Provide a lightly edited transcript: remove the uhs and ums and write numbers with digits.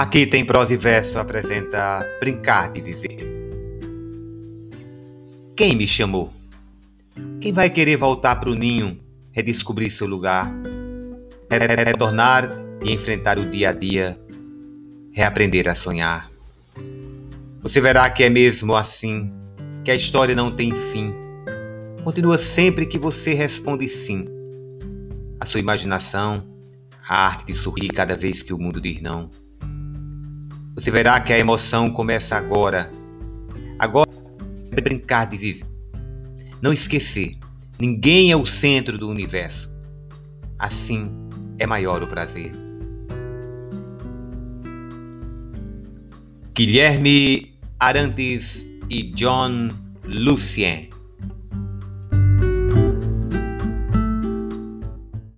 Aqui tem prosa e verso, apresenta Brincar de Viver. Quem me chamou? Quem vai querer voltar pro ninho, redescobrir seu lugar, retornar e enfrentar o dia a dia, reaprender a sonhar? Você verá que é mesmo assim, que a história não tem fim. Continua sempre que você responde sim. A sua imaginação, a arte de sorrir cada vez que o mundo diz não. Você verá que a emoção começa agora. Agora é brincar de viver. Não esquecer, ninguém é o centro do universo. Assim é maior o prazer. Guilherme Arantes e John Lucien.